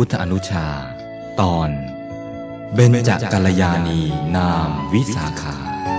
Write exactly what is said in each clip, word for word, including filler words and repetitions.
ธอนุชาตอนเบญจกัลยาณีนามวิสาขา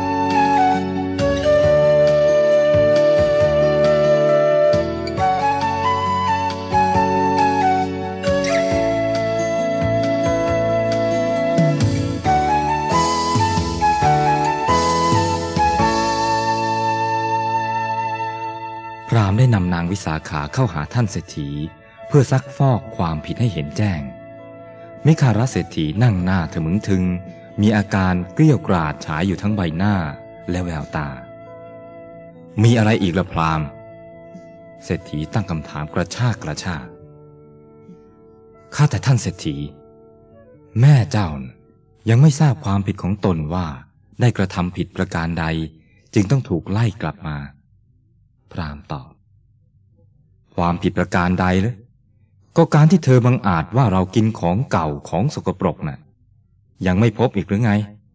พราหมณ์ได้นำนางวิสาขาเข้าหาท่านเศรษฐีเพื่อซักฟอกความผิดให้เห็นแจ้งมิคาระเศรษฐีนั่งหน้าทะมึงทึงมีอาการเกรี้ยวกราดฉายอยู่ทั้งใบหน้าและแววตามีอะไรอีกล่ะพราหมณ์เศรษฐีตั้งคำถามกระชากกระชากข้าแต่ท่านเศรษฐีแม่เจ้ายังไม่ทราบความผิดของตนว่าได้กระทำผิดประการใดจึงต้องถูกไล่กลับมาพราหมณ์ตอบความผิดประการใดเลยก็การที่เธอบังอาจว่าเรากินของเก่าของสกปรกน่ะยังไม่พบอีกหรือไง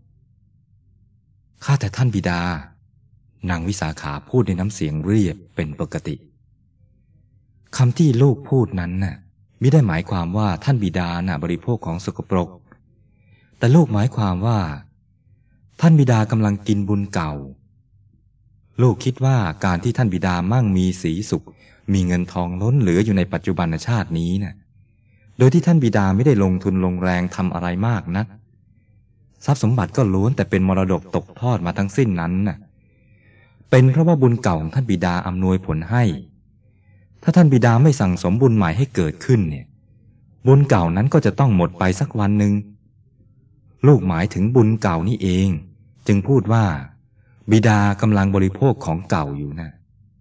ข้าแต่ท่านบิดานางวิสาขาพูดในน้ำเสียงเรียบเป็นปกติคำที่ลูกพูดนั้นน่ะมิได้หมายความว่าท่านบิดาน่ะบริโภคของสกปรกแต่ลูกหมายความว่าท่านบิดากำลังกินบุญเก่าลูกคิดว่าการที่ท่านบิดามั่งมีสีสุขมีเงินทองล้นเหลืออยู่ในปัจจุบันชาตินี้น่ะโดยที่ท่านบิดาไม่ได้ลงทุนลงแรงทำอะไรมากนักทรัพย์สมบัติก็ล้วนแต่เป็นมรดกตกทอดมาทั้งสิ้นนั้นน่ะเป็นเพราะว่าบุญเก่าของท่านบิดาอำนวยผลให้ถ้าท่านบิดาไม่สั่งสมบุญใหม่ให้เกิดขึ้นเนี่ยบุญเก่านั้นก็จะต้องหมดไปสักวันหนึ่งลูกหมายถึงบุญเก่านี่เองจึงพูดว่าบิดากำลังบริโภคของเก่าอยู่นะ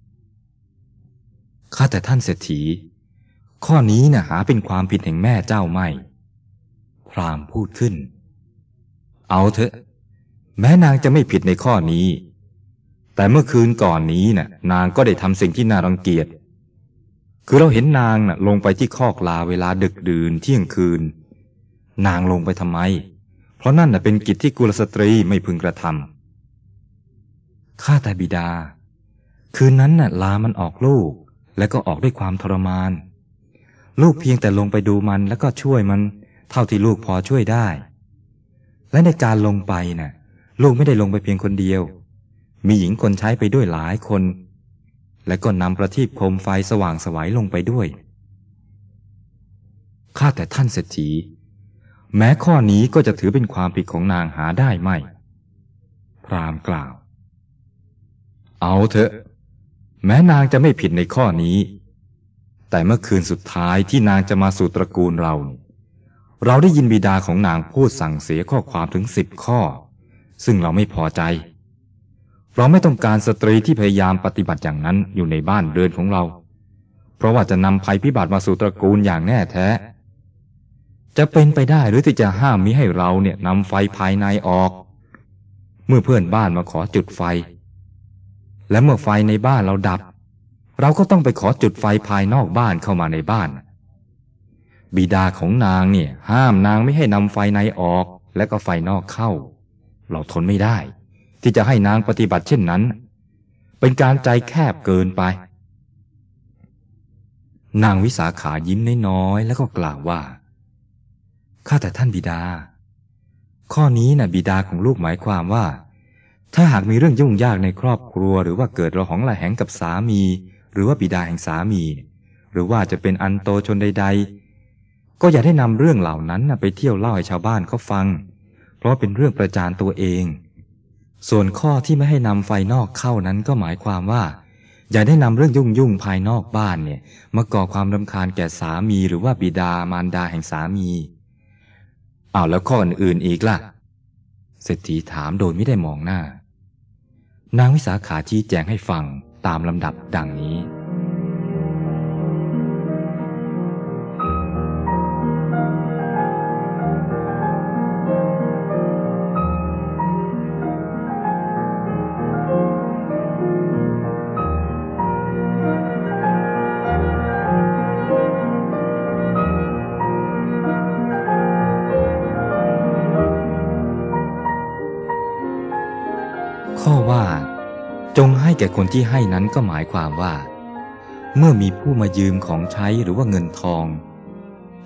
ข้าแต่ท่านเศรษฐีข้อนี้น่ะหาเป็นความผิดแห่งแม่เจ้าไม่พราหมณ์พูดขึ้นเอาเถอะแม้นางจะไม่ผิดในข้อนี้แต่เมื่อคืนก่อนนี้น่ะนางก็ได้ทำสิ่งที่น่ารังเกียจคือเราเห็นนางน่ะลงไปที่คอกลาเวลาดึกดื่นเที่ยงคืนนางลงไปทำไมเพราะนั่นน่ะเป็นกิจที่กุลสตรีไม่พึงกระทำข้าแต่บิดาคืนนั้นน่ะลามันออกลูกและก็ออกด้วยความทรมานลูกเพียงแต่ลงไปดูมันแล้วก็ช่วยมันเท่าที่ลูกพอช่วยได้และในการลงไปน่ะลูกไม่ได้ลงไปเพียงคนเดียวมีหญิงคนใช้ไปด้วยหลายคนและก็นำประทีปโคมไฟสว่างไสวลงไปด้วยข้าแต่ท่านเศรษฐีแม้ข้อนี้ก็จะถือเป็นความผิดของนางหาได้ไม่พราหมณ์กล่าวเอาเถอะแม้นางจะไม่ผิดในข้อนี้แต่เมื่อคืนสุดท้ายที่นางจะมาสู่ตระกูลเราเราได้ยินบิดาของนางพูดสั่งเสียข้อความถึงสิบข้อซึ่งเราไม่พอใจเราไม่ต้องการสตรีที่พยายามปฏิบัติอย่างนั้นอยู่ในบ้านเรือนของเราเพราะว่าจะนำภัยพิบัติมาสู่ตระกูลอย่างแน่แท้จะเป็นไปได้หรือที่จะห้ามมิให้เราเนี่ยนำไฟภายในออกเมื่อเพื่อนบ้านมาขอจุดไฟและเมื่อไฟในบ้านเราดับเราก็ต้องไปขอจุดไฟภายนอกบ้านเข้ามาในบ้านบิดาของนางเนี่ยห้ามนางไม่ให้นำไฟในออกและก็ไฟนอกเข้าเราทนไม่ได้ที่จะให้นางปฏิบัติเช่นนั้นเป็นการใจแคบเกินไปนางวิสาขายิ้มน้อยๆแล้วก็กล่าวว่าข้าแต่ท่านบิดาข้อนี้น่ะบิดาของลูกหมายความว่าถ้าหากมีเรื่องยุ่งยากในครอบครัวหรือว่าเกิดระหองระแหงกับสามีหรือว่าบิดาแห่งสามีหรือว่าจะเป็นอันโตชนใดๆก็อย่าได้นำเรื่องเหล่านั้นไปเที่ยวเล่าให้ชาวบ้านเขาฟังเพราะเป็นเรื่องประจานตัวเองส่วนข้อที่ไม่ให้นำไฟนอกเข้านั้นก็หมายความว่าอย่าได้นำเรื่องยุ่งยุ่งภายนอกบ้านเนี่ยมาก่อความรำคาญแก่สามีหรือว่าบิดามารดาแห่งสามีอ้าวแล้วข้ออื่นๆอีกล่ะเศรษฐีถามโดยไม่ได้มองหน้านางวิสาขาชี้แจงให้ฟังตามลำดับดังนี้ข้อว่าจงให้แก่คนที่ให้นั้นก็หมายความว่าเมื่อมีผู้มายืมของใช้หรือว่าเงินทอง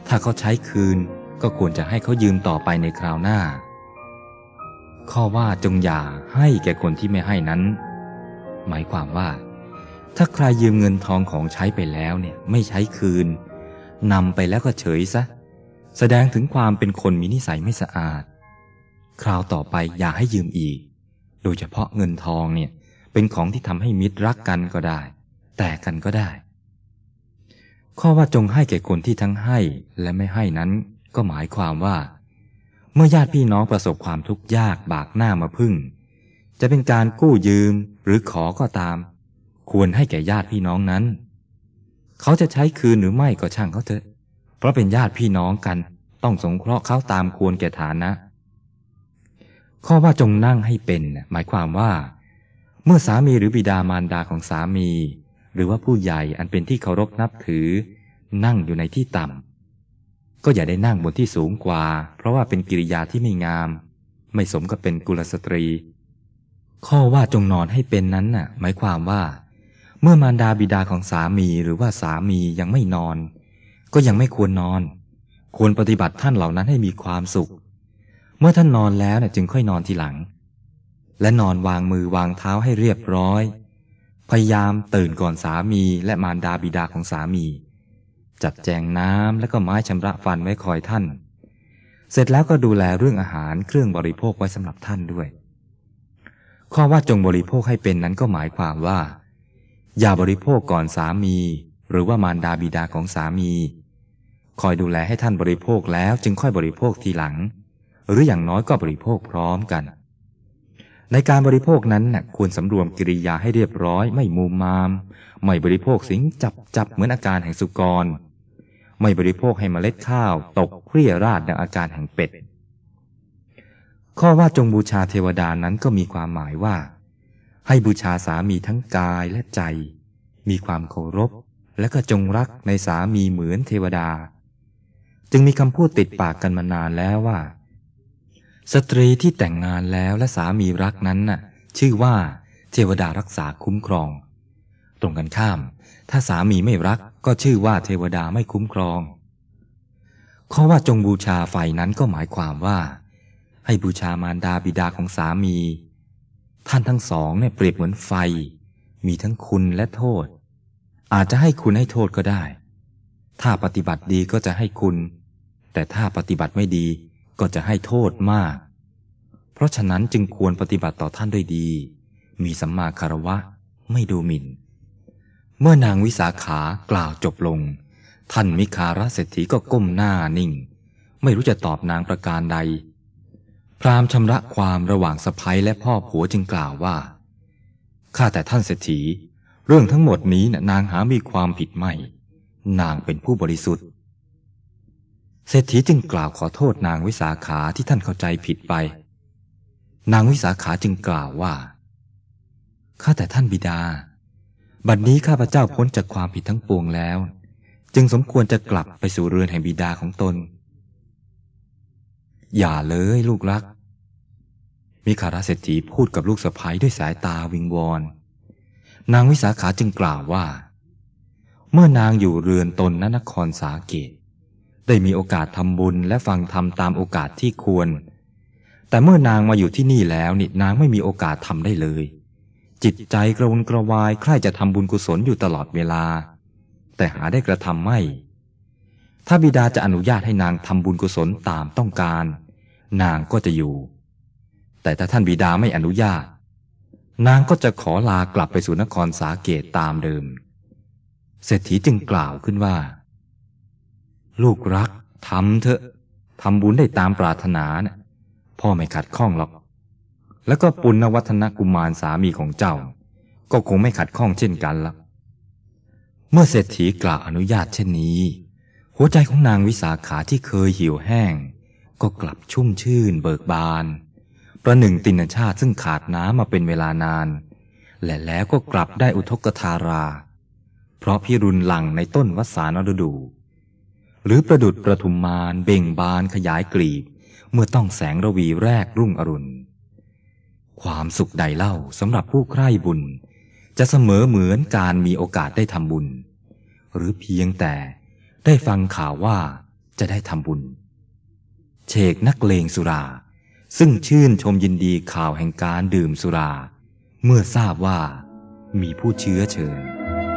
ถ้าเขาใช้คืนก็ควรจะให้เขายืมต่อไปในคราวหน้าข้อว่าจงอย่าให้แก่คนที่ไม่ให้นั้นหมายความว่าถ้าใครยืมเงินทองของใช้ไปแล้วเนี่ยไม่ใช้คืนนำไปแล้วก็เฉยซะแสดงถึงความเป็นคนมีนิสัยไม่สะอาดคราวต่อไปอย่าให้ยืมอีกโดยเฉพาะเงินทองเนี่ยเป็นของที่ทำให้มิตรรักกันก็ได้แตกกันก็ได้ข้อว่าจงให้แก่คนที่ทั้งให้และไม่ให้นั้นก็หมายความว่าเมื่อญาติพี่น้องประสบความทุกข์ยากบากหน้ามาพึ่งจะเป็นการกู้ยืมหรือขอก็ตามควรให้แก่ญาติพี่น้องนั้นเขาจะใช้คืนหรือไม่ก็ช่างเขาเถอะเพราะเป็นญาติพี่น้องกันต้องสงเคราะห์เขาตามควรแก่ฐานะข้อว่าจงนั่งให้เป็นหมายความว่าเมื่อสามีหรือบิดามารดาของสามีหรือว่าผู้ใหญ่อันเป็นที่เคารพนับถือนั่งอยู่ในที่ต่ำก็อย่าได้นั่งบนที่สูงกว่าเพราะว่าเป็นกิริยาที่ไม่งามไม่สมกับเป็นกุลสตรีข้อว่าจงนอนให้เป็นนั้นน่ะหมายความว่าเมื่อมารดาบิดาของสามีหรือว่าสามียังไม่นอนก็ยังไม่ควรนอนควรปฏิบัติท่านเหล่านั้นให้มีความสุขเมื่อท่านนอนแล้วเนี่ยจึงค่อยนอนทีหลังและนอนวางมือวางเท้าให้เรียบร้อยพยายามตื่นก่อนสามีและมารดาบิดาของสามีจัดแจงน้ำและก็ไม้ชำระฟันไว้คอยท่านเสร็จแล้วก็ดูแลเรื่องอาหารเครื่องบริโภคไว้สำหรับท่านด้วยข้อว่าจงบริโภคให้เป็นนั้นก็หมายความว่าอย่าบริโภคก่อนสามีหรือว่ามารดาบิดาของสามีคอยดูแลให้ท่านบริโภคแล้วจึงค่อยบริโภคทีหลังหรืออย่างน้อยก็บริโภคพร้อมกันในการบริโภคนั้นน่ะควรสำรวมกิริยาให้เรียบร้อยไม่มูมามไม่บริโภคสิ่งจับจับเหมือนอาการแห่งสุกรไม่บริโภคให้เมล็ดข้าวตกเกลี้ยราดดังอาการแห่งเป็ดข้อว่าจงบูชาเทวดานั้นก็มีความหมายว่าให้บูชาสามีทั้งกายและใจมีความเคารพและก็จงรักในสามีเหมือนเทวดาจึงมีคำพูดติดปากกันมานานแล้วว่าสตรีที่แต่งงานแล้วและสามีรักนั้นน่ะชื่อว่าเทวดารักษาคุ้มครองตรงกันข้ามถ้าสามีไม่รักก็ชื่อว่าเทวดาไม่คุ้มครองข้อว่าจงบูชาไฟนั้นก็หมายความว่าให้บูชามารดาบิดาของสามีท่านทั้งสองเนี่ยเปรียบเหมือนไฟมีทั้งคุณและโทษอาจจะให้คุณให้โทษก็ได้ถ้าปฏิบัติดีก็จะให้คุณแต่ถ้าปฏิบัติไม่ดีก็จะให้โทษมากเพราะฉะนั้นจึงควรปฏิบัติต่อท่านด้วยดีมีสัมมาคารวะไม่ดูหมิ่นเมื่อนางวิสาขากล่าวจบลงท่านมิคาราเศรษฐีก็ก้มหน้านิ่งไม่รู้จะตอบนางประการใดพราหมณ์ชำระความระหว่างสะใภ้และพ่อผัวจึงกล่าวว่าข้าแต่ท่านเศรษฐีเรื่องทั้งหมดนี้น่ะนางหามีความผิดไม่นางเป็นผู้บริสุทธิ์เศรษฐีจึงกล่าวขอโทษนางวิสาขาที่ท่านเข้าใจผิดไปนางวิสาขาจึงกล่าวว่าข้าแต่ท่านบิดาบัดนี้ข้าพเจ้าพ้นจากความผิดทั้งปวงแล้วจึงสมควรจะกลับไปสู่เรือนแห่งบิดาของตนอย่าเลยลูกรักมิคาราเศรษฐีพูดกับลูกสะใภ้ด้วยสายตาวิงวอนนางวิสาขาจึงกล่าวว่าเมื่อนางอยู่เรือนตนณนครสาเกตได้มีโอกาสทำบุญและฟังธรรมตามโอกาสที่ควรแต่เมื่อนางมาอยู่ที่นี่แล้วนี่นางไม่มีโอกาสทำได้เลยจิตใจกระวนกระวายใคร่จะทำบุญกุศลอยู่ตลอดเวลาแต่หาได้กระทำไม่ถ้าบิดาจะอนุญาตให้นางทำบุญกุศลตามต้องการนางก็จะอยู่แต่ถ้าท่านบิดาไม่อนุญาตนางก็จะขอลากลับไปสู่นครสาเกตตามเดิมเศรษฐีจึงกล่าวขึ้นว่าลูกรักทำเถอะทำบุญได้ตามปรารถนานะพ่อไม่ขัดข้องหรอกแล้วก็ปุณณวัฒนกุมารสามีของเจ้าก็คงไม่ขัดข้องเช่นกันละเมื่อเศรษฐีกล่าวอนุญาตเช่นนี้หัวใจของนางวิสาขาที่เคยเหี่ยวแห้งก็กลับชุ่มชื่นเบิกบานประหนึ่งตินชาติซึ่งขาดน้ำมาเป็นเวลานานและแล้วก็กลับได้อุทกธาราเพราะพิรุณหลั่งในต้นวสานฤดูหรือประดุจประทุมมารเบ่งบานขยายกลีบเมื่อต้องแสงระวีแรกรุ่งอรุณความสุขใดเล่าสำหรับผู้ใคร่บุญจะเสมอเหมือนการมีโอกาสได้ทำบุญหรือเพียงแต่ได้ฟังข่าวว่าจะได้ทำบุญเชกนักเลงสุราซึ่งชื่นชมยินดีข่าวแห่งการดื่มสุราเมื่อทราบว่ามีผู้เชื้อเชิญ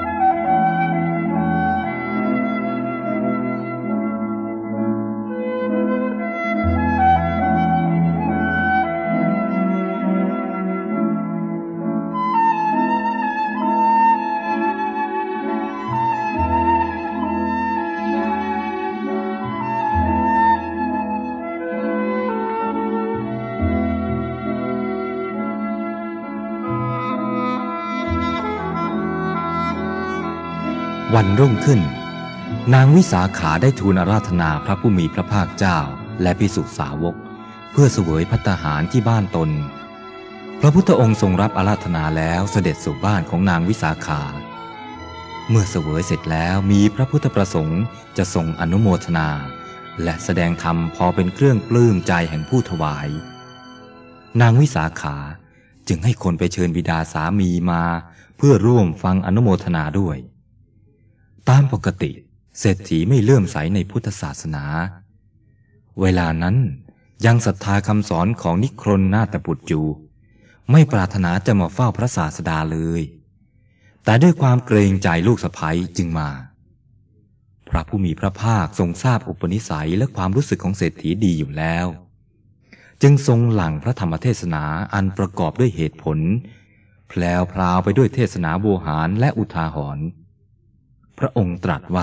วันรุ่งขึ้นนางวิสาขาได้ทูลอาราธนาพระผู้มีพระภาคเจ้าและภิกษุสาวกเพื่อเสวยภัตตาหารที่บ้านตนพระพุทธองค์ทรงรับอาราธนาแล้วเสด็จสู่บ้านของนางวิสาขาเมื่อเสวยเสร็จแล้วมีพระพุทธประสงค์จะทรงอนุโมทนาและแสดงธรรมพอเป็นเครื่องปลื้มใจแห่งผู้ถวายนางวิสาขาจึงให้คนไปเชิญบิดาสามีมาเพื่อร่วมฟังอนุโมทนาด้วยตามปกติเศรษฐีไม่เลื่อมใสในพุทธศาสนาเวลานั้นยังศรัทธาคำสอนของนิครนนาถบุตรอยู่ไม่ปรารถนาจะมาเฝ้าพระศาสดาเลยแต่ด้วยความเกรงใจลูกสะใภ้จึงมาพระผู้มีพระภาคทรงทราบอุปนิสัยและความรู้สึกของเศรษฐีดีอยู่แล้วจึงทรงหลั่งพระธรรมเทศนาอันประกอบด้วยเหตุผลแพลวพราวไปด้วยเทศนาโวหารและอุทาหรณ์พระองค์ตรัสว่า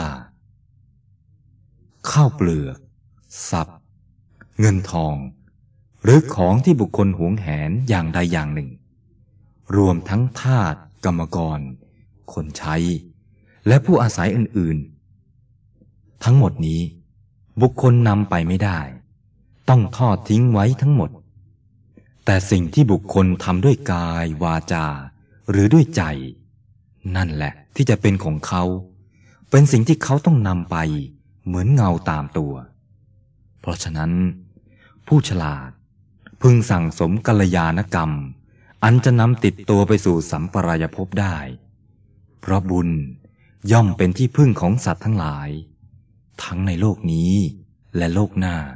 ข้าวเปลือกทรัพย์เงินทองหรือของที่บุคคลหวงแหนอย่างใดอย่างหนึ่งรวมทั้งทาสกรรมกรคนใช้และผู้อาศัยอื่นๆทั้งหมดนี้บุคคลนำไปไม่ได้ต้องทอดทิ้งไว้ทั้งหมดแต่สิ่งที่บุคคลทำด้วยกายวาจาหรือด้วยใจนั่นแหละที่จะเป็นของเขาเป็นสิ่งที่เขาต้องนำไปเหมือนเงาตามตัวเพราะฉะนั้นผู้ฉลาดพึงสั่งสมกัลยาณกรรมอันจะนำติดตัวไปสู่สัมปรายภพได้เพราะบุญย่อมเป็นที่พึ่งของสัตว์ทั้งหลายทั้งในโลกนี้และโลกหน้า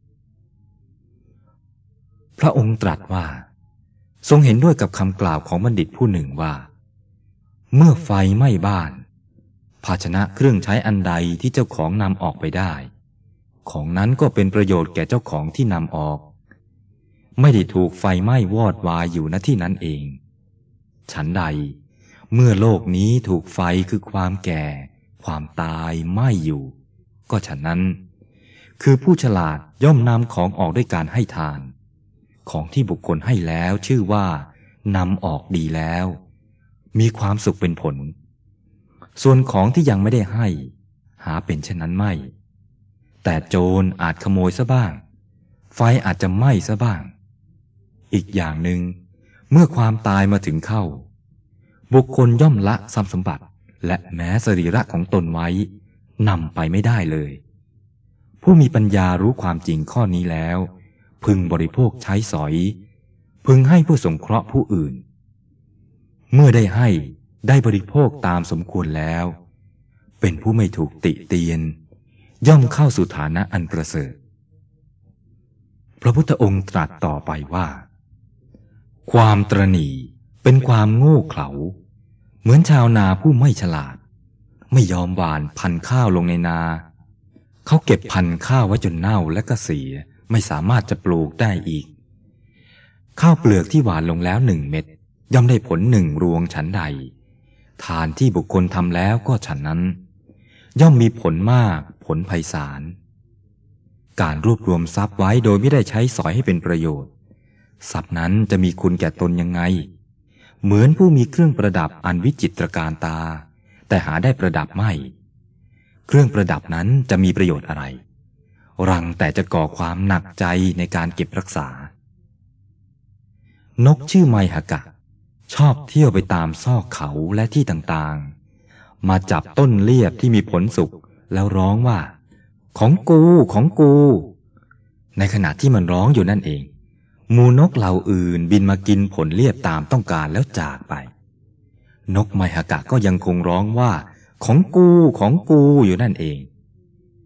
พระองค์ตรัสว่าทรงเห็นด้วยกับคำกล่าวของบัณฑิตผู้หนึ่งว่าเมื่อไฟไหม้บ้านภาชนะเครื่องใช้อันใดที่เจ้าของนำออกไปได้ของนั้นก็เป็นประโยชน์แก่เจ้าของที่นำออกไม่ได้ถูกไฟไหม้วอดวายอยู่ณที่นั้นเองฉันใดเมื่อโลกนี้ถูกไฟคือความแก่ความตายไหม้อยู่ก็ฉะนั้นคือผู้ฉลาดย่อมนำของออกด้วยการให้ทานของที่บุคคลให้แล้วชื่อว่านำออกดีแล้วมีความสุขเป็นผลส่วนของที่ยังไม่ได้ให้หาเป็นเช่นนั้นไม่แต่โจรอาจขโมยซะบ้างไฟอาจจะไหม้ซะบ้างอีกอย่างหนึ่งเมื่อความตายมาถึงเข้าบุคคลย่อมละทรัพย์สมบัติและแม้สรีระของตนไว้นำไปไม่ได้เลยผู้มีปัญญารู้ความจริงข้อนี้แล้วพึงบริโภคใช้สอยพึงให้ผู้สงเคราะห์ผู้อื่นเมื่อได้ให้ได้บริโภคตามสมควรแล้วเป็นผู้ไม่ถูกติเตียนย่อมเข้าสู่ฐานะอันประเสริฐพระพุทธองค์ตรัสต่อไปว่าความตระหนี่เป็นความโง่เขลาเหมือนชาวนาผู้ไม่ฉลาดไม่ยอมหว่านพันธุ์ข้าวลงในนาเขาเก็บพันธุ์ข้าวไว้จนเน่าและก็เสียไม่สามารถจะปลูกได้อีกข้าวเปลือกที่หว่านลงแล้วหนึ่งเม็ดย่อมได้ผลหนึ่งรวงฉันใดทานที่บุคคลทำแล้วก็ฉันนั้นย่อมมีผลมากผลไพศาลการรวบรวมทรัพย์ไว้โดยไม่ได้ใช้สอยให้เป็นประโยชน์ทรัพย์นั้นจะมีคุณแก่ตนยังไงเหมือนผู้มีเครื่องประดับอันวิจิตรการตาแต่หาได้ประดับไม่เครื่องประดับนั้นจะมีประโยชน์อะไรรังแต่จะก่อความหนักใจในการเก็บรักษานกชื่อไมหกะชอบเที่ยวไปตามซอกเขาและที่ต่างๆมาจับต้นเลียบที่มีผลสุกแล้วร้องว่าของกูของกูในขณะที่มันร้องอยู่นั่นเองหมู่นกเหล่าอื่นบินมากินผลเลียบตามต้องการแล้วจากไปนกไมหกะก็ยังคงร้องว่าของกูของกูอยู่นั่นเอง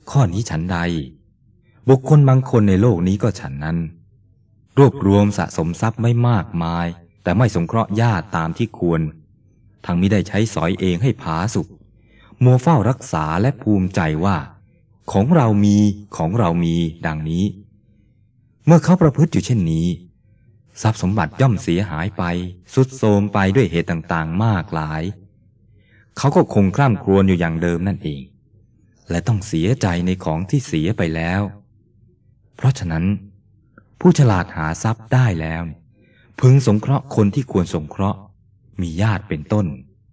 ข้อนี้ฉันใดบุคคลบางคนในโลกนี้ก็ฉันนั้นรวบรวมสะสมทรัพย์ไม่มากมายแต่ไม่สงเคราะห์ญาติตามที่ควรทั้งมิได้ใช้สอยเองให้ผาสุกมัวเฝ้ารักษาและภูมิใจว่าของเรามีของเรามีดังนี้เมื่อเขาประพฤติอยู่เช่นนี้ทรัพย์สมบัติย่อมเสียหายไปทรุดโทรมไปด้วยเหตุต่างๆมากหลายเขาก็คงคร่ำครวญอยู่อย่างเดิมนั่นเองและต้องเสียใจในของที่เสียไปแล้วเพราะฉะนั้นผู้ฉลาดหาทรัพย์ได้แล้วพึงสงเคราะห์คนที่ควรสงเคราะห์มีญาติเป็นต้น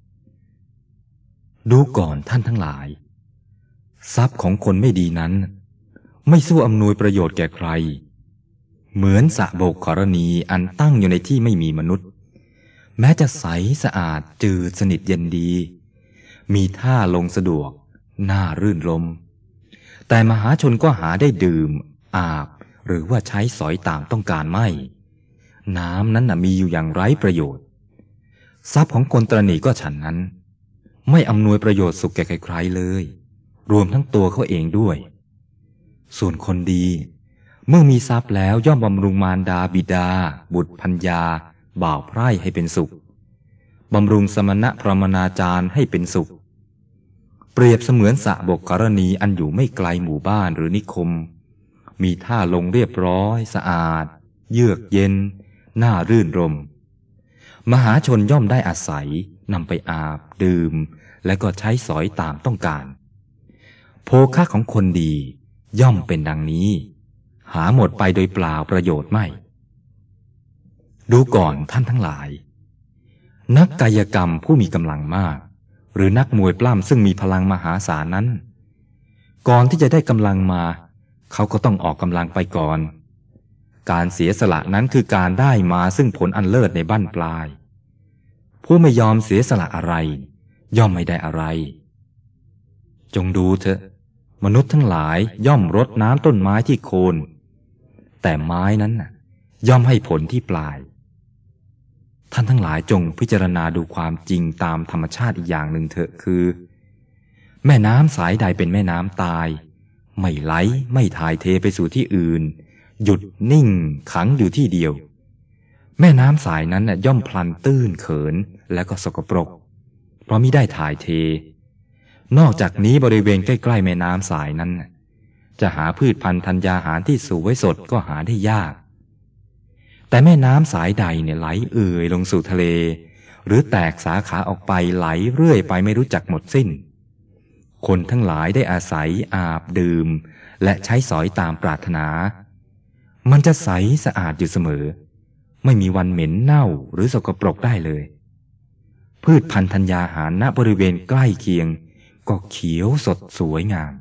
ดูก่อนท่านทั้งหลายทรัพย์ของคนไม่ดีนั้นไม่สู้อำนวยประโยชน์แก่ใครเหมือนสระโบกขรณีอันตั้งอยู่ในที่ไม่มีมนุษย์แม้จะใสสะอาดจืดสนิทเย็นดีมีท่าลงสะดวกน่ารื่นรมแต่มหาชนก็หาได้ดื่มอาบหรือว่าใช้สอยตามต้องการไม่น้ำนั้นน่ะมีอยู่อย่างไร้ประโยชน์ทรัพย์ของคนตระหนี่ก็ฉันนั้นไม่อำนวยประโยชน์สุขแก่ใครๆเลยรวมทั้งตัวเขาเองด้วยส่วนคนดีเมื่อมีทรัพย์แล้วย่อมบำรุงมารดาบิดาบุตรภรรยาบ่าวไพร่ให้เป็นสุขบำรุงสมณะพรหมนาจารย์ให้เป็นสุขเปรียบเสมือนสระบกกรณีอันอยู่ไม่ไกลหมู่บ้านหรือนิคมมีท่าลงเรียบร้อยสะอาดเยือกเย็นน่ารื่นรมมหาชนย่อมได้อาศัยนำไปอาบดื่มและก็ใช้สอยตามต้องการโภคะของคนดีย่อมเป็นดังนี้หาหมดไปโดยเปล่าประโยชน์ไม่ดูก่อนท่านทั้งหลายนักกายกรรมผู้มีกำลังมากหรือนักมวยปล้ำซึ่งมีพลังมหาศาลนั้นก่อนที่จะได้กำลังมาเขาก็ต้องออกกำลังไปก่อนการเสียสละนั้นคือการได้มาซึ่งผลอันเลิศในบั้นปลายผู้ไม่ยอมเสียสละอะไรย่อมไม่ได้อะไรจงดูเถอะมนุษย์ทั้งหลายย่อมรดน้ำต้นไม้ที่โคนแต่ไม้นั้นน่ะย่อมให้ผลที่ปลายท่านทั้งหลายจงพิจารณาดูความจริงตามธรรมชาติอีกอย่างหนึ่งเถอะคือแม่น้ำสายใดเป็นแม่น้ำตายไม่ไหลไม่ถ่ายเทไปสู่ที่อื่นหยุดนิ่งขังอยู่ที่เดียวแม่น้ำสายนั้นน่ะย่อมพลันตื้นเขินและก็สกปรกเพราะมิได้ถ่ายเทนอกจากนี้บริเวณใกล้ๆแม่น้ำสายนั้นจะหาพืชพันธุ์ธัญญาหารที่สูบไว้สดก็หาได้ยากแต่แม่น้ำสายใดเนี่ยไหลเอื่อยลงสู่ทะเลหรือแตกสาขาออกไปไหลเรื่อยไปไม่รู้จักหมดสิ้นคนทั้งหลายได้อาศัยอาบดื่มและใช้สอยตามปรารถนามันจะใสสะอาดอยู่เสมอไม่มีวันเหม็นเน่าหรือสกปรกได้เลยพืชพันธุ์ธัญญาหารณบริเวณใกล้เคียงก็เขียวสดสวยงาม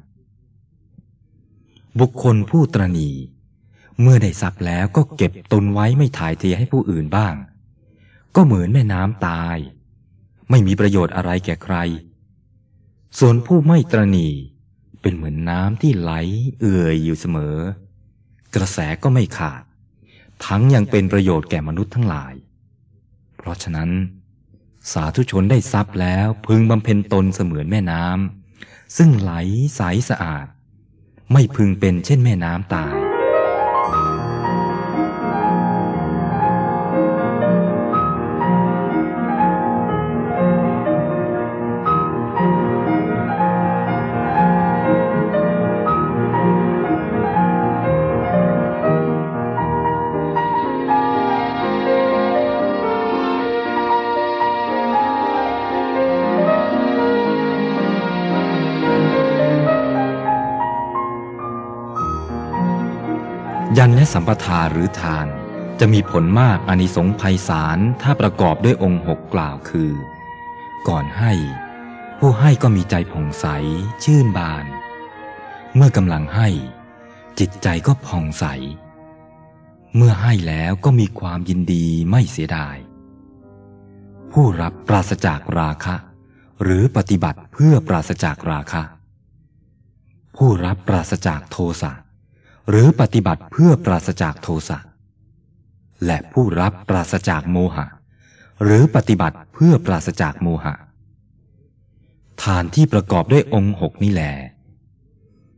บุคคลผู้ตระหนี่เมื่อได้ทรัพย์แล้วก็เก็บตุนไว้ไม่ถ่ายเทให้ผู้อื่นบ้างก็เหมือนแม่น้ำตายไม่มีประโยชน์อะไรแก่ใครส่วนผู้ไม่ตระหนี่เป็นเหมือนน้ำที่ไหลเอื่อยอยู่เสมอกระแสก็ไม่ขาดทั้งยังเป็นประโยชน์แก่มนุษย์ทั้งหลายเพราะฉะนั้นสาธุชนได้ทรัพย์แล้วพึงบำเพ็ญตนเสมือนแม่น้ำซึ่งไหลใสสะอาดไม่พึงเป็นเช่นแม่น้ำตายยัญญสัมปทาหรือทานจะมีผลมากอานิสงส์ไพศาลถ้าประกอบด้วยองค์หกกล่าวคือก่อนให้ผู้ให้ก็มีใจผ่องใสชื่นบานเมื่อกำลังให้จิตใจก็ผ่องใสเมื่อให้แล้วก็มีความยินดีไม่เสียดายผู้รับปราศจากราคะหรือปฏิบัติเพื่อปราศจากราคะผู้รับปราศจากโทสะหรือปฏิบัติเพื่อปราศจากโทสะและผู้รับปราศจากโมหะหรือปฏิบัติเพื่อปราศจากโมหะทานที่ประกอบด้วยองค์หกนี่แหละ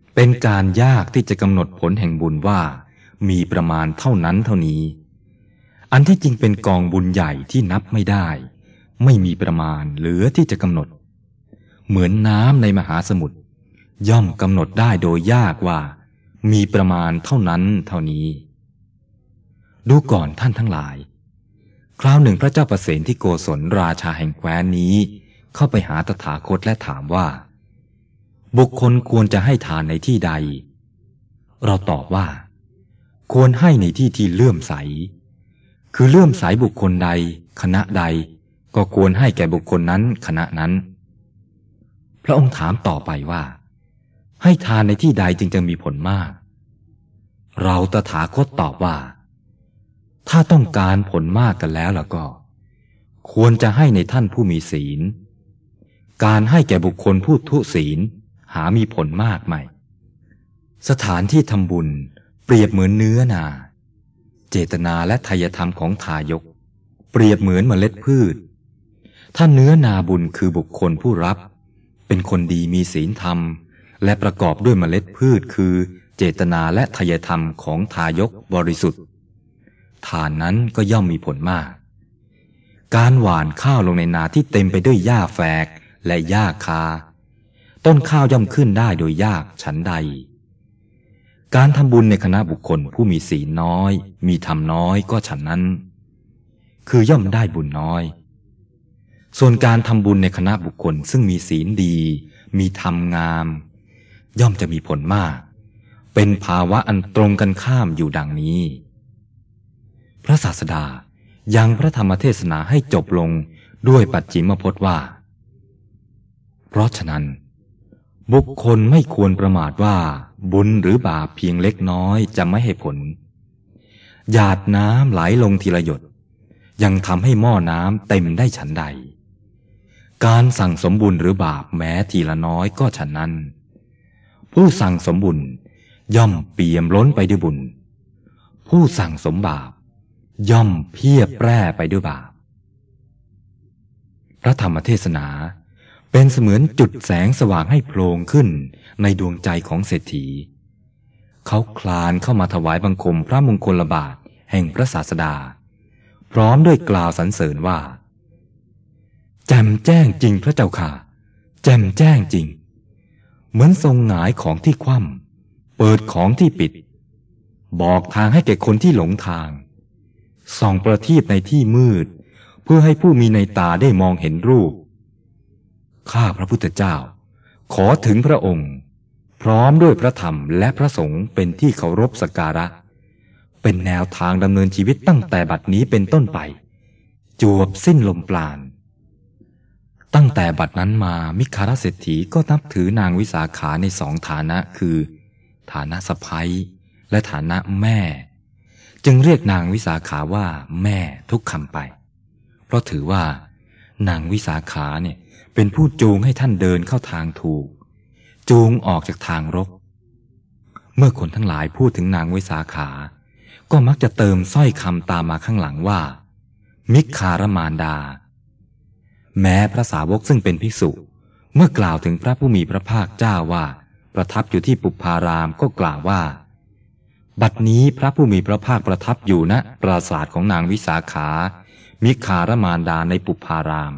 เป็นการยากที่จะกำหนดผลแห่งบุญว่ามีประมาณเท่านั้นเท่านี้อันที่จริงเป็นกองบุญใหญ่ที่นับไม่ได้ไม่มีประมาณเหลือที่จะกำหนดเหมือนน้ำในมหาสมุทรย่อมกำหนดได้โดยยากว่ามีประมาณเท่านั้นเท่านี้ดูก่อนท่านทั้งหลายคราวหนึ่งพระเจ้าประเสนที่โกศลราชาแห่งแคว้นนี้เข้าไปหาตถาคตและถามว่าบุคคลควรจะให้ทานในที่ใดเราตอบว่าควรให้ในที่ที่เลื่อมใสคือเลื่อมใสบุคคลใดคณะใดก็ควรให้แก่บุคคลนั้นคณะนั้นพระองค์ถามต่อไปว่าให้ทานในที่ใดจึงจะมีผลมากเราตถาคตตอบว่าถ้าต้องการผลมากกันแล้วล่ะก็ควรจะให้ในท่านผู้มีศีลการให้แก่บุคคลผู้ทุศีลหามีผลมากไหมสถานที่ทำบุญเปรียบเหมือนเนื้อนาเจตนาและไทยธรรมของทายกเปรียบเหมือนเมล็ดพืชถ้าเนื้อนาบุญคือบุคคลผู้รับเป็นคนดีมีศีลธรรมและประกอบด้วยเมล็ดพืชคือเจตนาและไทยธรรมของทายกบริสุทธิ์ทานนั้นก็ย่อมมีผลมากการหว่านข้าวลงในนาที่เต็มไปด้วยหญ้าแฝกและหญ้าคาต้นข้าวย่อมขึ้นได้โดยยากฉันใดการทำบุญในคณะบุคคลผู้มีศีลน้อยมีธรรมน้อยก็ฉันนั้นคือย่อมได้บุญน้อยส่วนการทำบุญในคณะบุคคลซึ่งมีศีลดีมีธรรมงามย่อมจะมีผลมากเป็นภาวะอันตรงกันข้ามอยู่ดังนี้พระศาสดายังพระธรรมเทศนาให้จบลงด้วยปัจฉิมพจน์ว่าเพราะฉะนั้นบุคคลไม่ควรประมาทว่าบุญหรือบาปเพียงเล็กน้อยจะไม่ให้ผลหยาดน้ำไหลลงทีละหยดยังทำให้หม้อน้ำเต็มได้ฉันใดการสั่งสมบุญหรือบาปแม้ทีละน้อยก็ฉันนั้นผู้สั่งสมบุญย่อมเปี่ยมล้นไปด้วยบุญผู้สั่งสมบาปย่อมเพียบแปร่ไปด้วยบาปพระธรรมเทศนาเป็นเสมือนจุดแสงสว่างให้โผล่ขึ้นในดวงใจของเศรษฐีเขาคลานเข้ามาถวายบังคมพระมงคลบาทแห่งพระศาสดาพร้อมด้วยกล่าวสรรเสริญว่าแจ่มแจ้งจริงพระเจ้าค่ะแจ่มแจ้งจริงเหมือนทรงหงายของที่คว่ำเปิดของที่ปิดบอกทางให้แก่คนที่หลงทางส่องประทีปในที่มืดเพื่อให้ผู้มีในตาได้มองเห็นรูปข้าพระพุทธเจ้าขอถึงพระองค์พร้อมด้วยพระธรรมและพระสงฆ์เป็นที่เคารพสักการะเป็นแนวทางดำเนินชีวิตตั้งแต่บัดนี้เป็นต้นไปจวบสิ้นลมปราณตั้งแต่บัดนั้นมามิคคารเศรษฐีก็นับถือนางวิสาขาในสองฐานะคือฐานะสะใภ้และฐานะแม่จึงเรียกนางวิสาขาว่าแม่ทุกคำไปเพราะถือว่านางวิสาขาเนี่ยเป็นผู้จูงให้ท่านเดินเข้าทางถูกจูงออกจากทางรกเมื่อคนทั้งหลายพูดถึงนางวิสาขาก็มักจะเติมสร้อยคำตามมาข้างหลังว่ามิคคารมารดาแม้พระสาวกซึ่งเป็นภิกษุเมื่อกล่าวถึงพระผู้มีพระภาคเจ้าว่าประทับอยู่ที่ปุพพารามก็กล่าวว่าบัดนี้พระผู้มีพระภาคประทับอยู่ณปราสาทของนางวิสาขามิคคารมารดาในปุพพาราม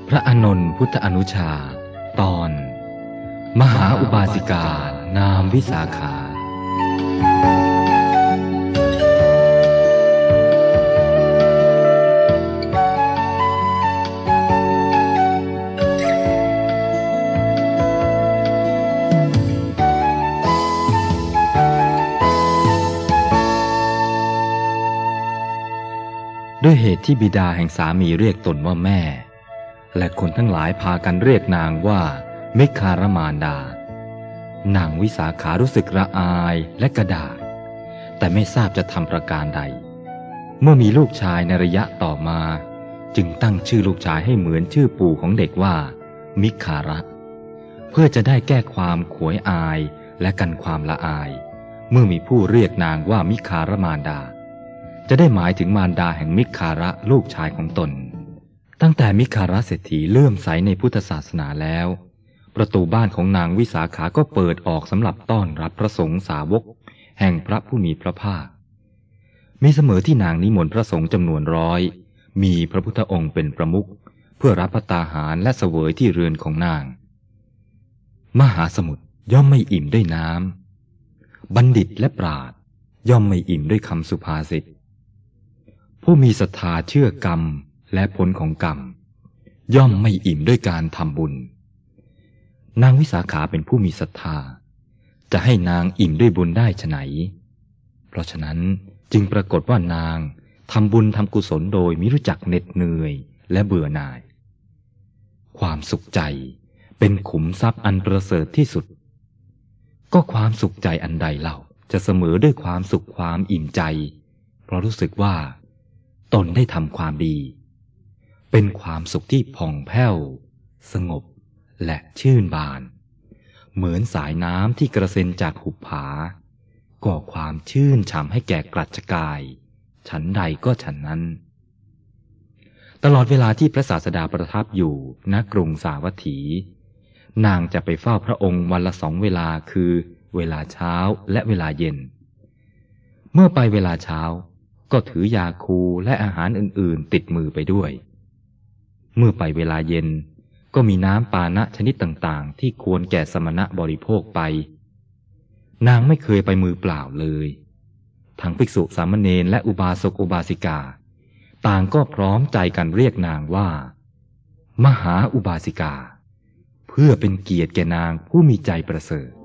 พระอานนท์พุทธอนุชาตอนมหาอุบาสิกานามวิสาขาด้วยเหตุที่บิดาแห่งสามีเรียกตนว่าแม่และคนทั้งหลายพากันเรียกนางว่ามิคารมารดานางวิสาขารู้สึกระอายและกระดากแต่ไม่ทราบจะทำประการใดเมื่อมีลูกชายในระยะต่อมาจึงตั้งชื่อลูกชายให้เหมือนชื่อปู่ของเด็กว่ามิคาระเพื่อจะได้แก้ความขวยอายและกันความละอายเมื่อมีผู้เรียกนางว่ามิคารมารดาจะได้หมายถึงมารดาแห่งมิคาระลูกชายของตนตั้งแต่มิคาระเศรษฐีเลื่อมใสในพุทธศาสนาแล้วประตูบ้านของนางวิสาขาก็เปิดออกสำหรับต้อนรับพระสงฆ์สาวกแห่งพระผู้มีพระภาคมีเสมอที่นางนิมนต์พระสงฆ์จำนวนร้อยมีพระพุทธองค์เป็นประมุขเพื่อรับภัตตาหารและเสวยที่เรือนของนางมหาสมุทรย่อมไม่อิ่มด้วยน้ำบัณฑิตและปราชญ์ย่อมไม่อิ่มด้วยคำสุภาษิตผู้มีศรัทธาเชื่อกรรมและผลของกรรมย่อมไม่อิ่มด้วยการทำบุญนางวิสาขาเป็นผู้มีศรัทธาจะให้นางอิ่มด้วยบุญได้ฉะไหนเพราะฉะนั้นจึงปรากฏว่านางทำบุญทำกุศลโดยมิรู้จักเหน็ดเหนื่อยและเบื่อหน่ายความสุขใจเป็นขุมทรัพย์อันประเสริฐที่สุดก็ความสุขใจอันใดเล่าจะเสมอด้วยความสุขความอิ่มใจเพราะรู้สึกว่าตนได้ทำความดีเป็นความสุขที่ผ่องแผ้วสงบและชื่นบานเหมือนสายน้ำที่กระเซ็นจากหุบผาก่อความชื่นฉ่ำให้แก่กรัชกายฉันใดก็ฉันนั้นตลอดเวลาที่พระศาสดาประทับอยู่ณกรุงสาวัตถีนางจะไปเฝ้าพระองค์วันละสองเวลาคือเวลาเช้าและเวลาเย็นเมื่อไปเวลาเช้าก็ถือยาคูและอาหารอื่นๆติดมือไปด้วยเมื่อไปเวลาเย็นก็มีน้ำปานะชนิดต่างๆที่ควรแก่สมณะบริโภคไปนางไม่เคยไปมือเปล่าเลยทั้งภิกษุสามเณรและอุบาสกอุบาสิกาต่างก็พร้อมใจกันเรียกนางว่ามหาอุบาสิกาเพื่อเป็นเกียรติแก่นางผู้มีใจประเสริฐ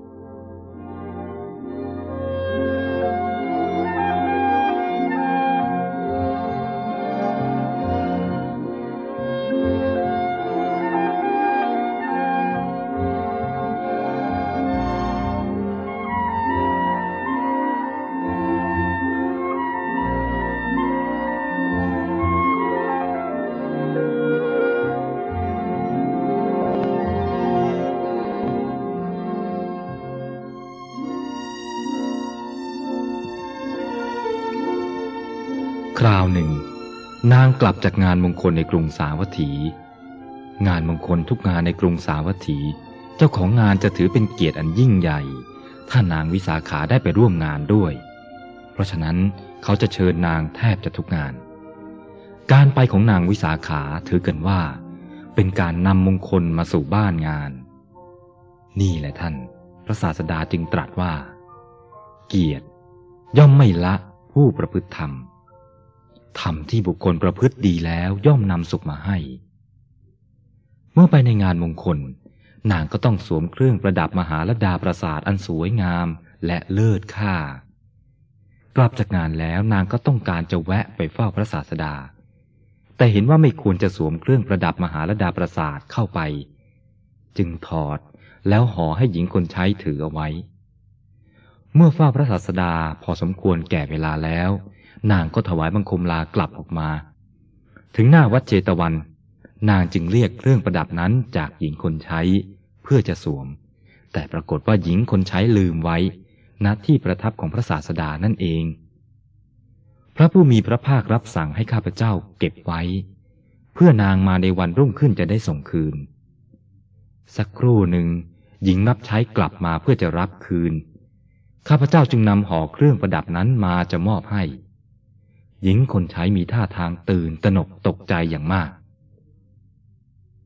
คราวหนึ่งนางกลับจากงานมงคลในกรุงสาวัตถีงานมงคลทุกงานในกรุงสาวัตถีเจ้าของงานจะถือเป็นเกียรติอันยิ่งใหญ่ถ้านางวิสาขาได้ไปร่วมงานด้วยเพราะฉะนั้นเขาจะเชิญนางแทบจะทุกงานการไปของนางวิสาขาถือกันว่าเป็นการนำมงคลมาสู่บ้านงานนี่แหละท่านพระศาสดาจึงตรัสว่าเกียรติย่อมไม่ละผู้ประพฤติธรรมธรรมที่บุคคลประพฤติดีแล้วย่อมนำสุขมาให้เมื่อไปในงานมงคลนางก็ต้องสวมเครื่องประดับมหาลดาปราสาทอันสวยงามและเลิศค่ากลับจากงานแล้วนางก็ต้องการจะแวะไปเฝ้าพระศาสดาแต่เห็นว่าไม่ควรจะสวมเครื่องประดับมหาลดาปราสาทเข้าไปจึงถอดแล้วห่อให้หญิงคนใช้ถือเอาไว้เมื่อเฝ้าพระศาสดาพอสมควรแก่เวลาแล้วนางก็ถวายบังคมลากลับออกมาถึงหน้าวัดเจตวันนางจึงเรียกเครื่องประดับนั้นจากหญิงคนใช้เพื่อจะสวมแต่ปรากฏว่าหญิงคนใช้ลืมไว้ณที่ประทับของพระศาสดานั่นเองพระผู้มีพระภาครับสั่งให้ข้าพเจ้าเก็บไว้เพื่อนางมาในวันรุ่งขึ้นจะได้ส่งคืนสักครู่หนึ่งหญิงรับใช้กลับมาเพื่อจะรับคืนข้าพเจ้าจึงนำห่อเครื่องประดับนั้นมาจะมอบให้หญิงคนใช้มีท่าทางตื่นตระหนกตกใจอย่างมาก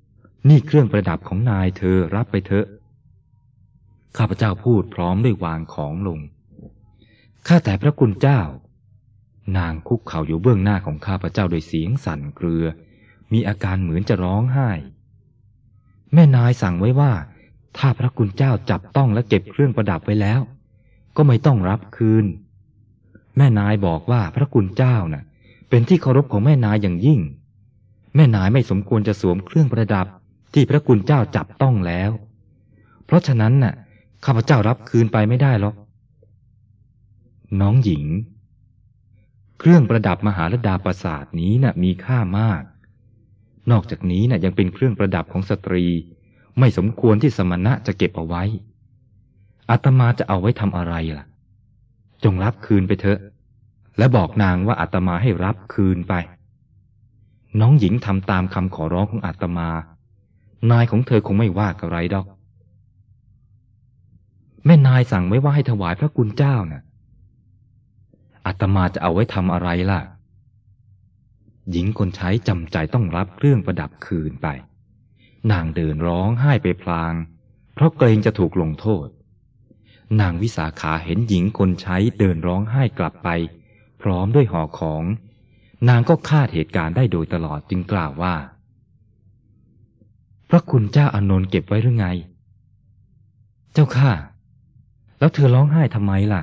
นี่เครื่องประดับของนายเธอรับไปเถอะข้าพเจ้าพูดพร้อมด้วยวางของลงข้าแต่พระคุณเจ้านางคุกเข่าอยู่เบื้องหน้าของข้าพเจ้าโดยเสียงสั่นเครือมีอาการเหมือนจะร้องไห้แม่นายสั่งไว้ว่าถ้าพระคุณเจ้าจับต้องและเก็บเครื่องประดับไว้แล้วก็ไม่ต้องรับคืนแม่นายบอกว่าพระคุณเจ้าน่ะเป็นที่เคารพของแม่นายอย่างยิ่งแม่นายไม่สมควรจะสวมเครื่องประดับที่พระคุณเจ้าจับต้องแล้วเพราะฉะนั้นน่ะข้าพเจ้ารับคืนไปไม่ได้หรอกน้องหญิงเครื่องประดับมหาลดาปราสาทนี้น่ะมีค่ามากนอกจากนี้น่ะยังเป็นเครื่องประดับของสตรีไม่สมควรที่สมณะจะเก็บเอาไว้อาตมาจะเอาไว้ทำอะไรล่ะจงรับคืนไปเถอะและบอกนางว่าอาตมาให้รับคืนไปน้องหญิงทำตามคำขอร้องของอาตมานายของเธอคงไม่ว่าอะไรดอกแม่นายสั่งไว้ว่าให้ถวายพระคุณเจ้าน่ะอาตมาจะเอาไว้ทำอะไรล่ะหญิงคนใช้จำใจต้องรับเครื่องประดับคืนไปนางเดินร้องไห้ไปพลางเพราะเกรงจะถูกลงโทษนางวิสาขาเห็นหญิงคนใช้เดินร้องไห้กลับไปพร้อมด้วยห่อของนางก็คาดเหตุการณ์ได้โดยตลอดจึงกล่าวว่าพระคุณเจ้าอานนท์เก็บไว้หรือไงเจ้าข้าแล้วเธอร้องไห้ทำไมล่ะ